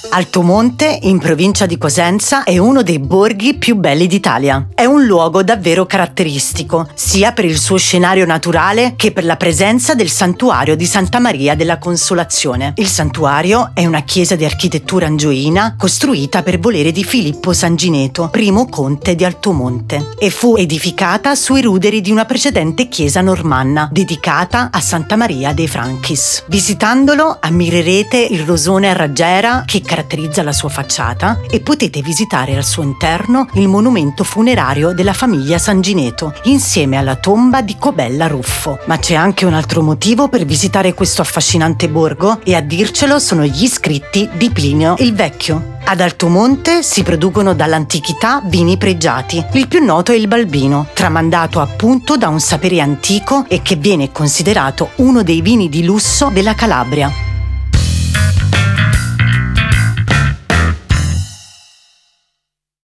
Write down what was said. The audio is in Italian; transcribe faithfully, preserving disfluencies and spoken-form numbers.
Altomonte, in provincia di Cosenza, è uno dei borghi più belli d'Italia. È un luogo davvero caratteristico, sia per il suo scenario naturale che per la presenza del santuario di Santa Maria della Consolazione. Il santuario è una chiesa di architettura angioina costruita per volere di Filippo Sangineto, primo conte di Altomonte, e fu edificata sui ruderi di una precedente chiesa normanna dedicata a Santa Maria dei Franchis. Visitandolo ammirerete il rosone a raggiera che caratterizza la sua facciata e potete visitare al suo interno il monumento funerario della famiglia Sangineto insieme alla tomba di Cobella Ruffo. Ma c'è anche un altro motivo per visitare questo affascinante borgo e a dircelo sono gli scritti di Plinio il Vecchio. Ad Altomonte si producono dall'antichità vini pregiati. Il più noto è il Balbino, tramandato appunto da un sapere antico e che viene considerato uno dei vini di lusso della Calabria.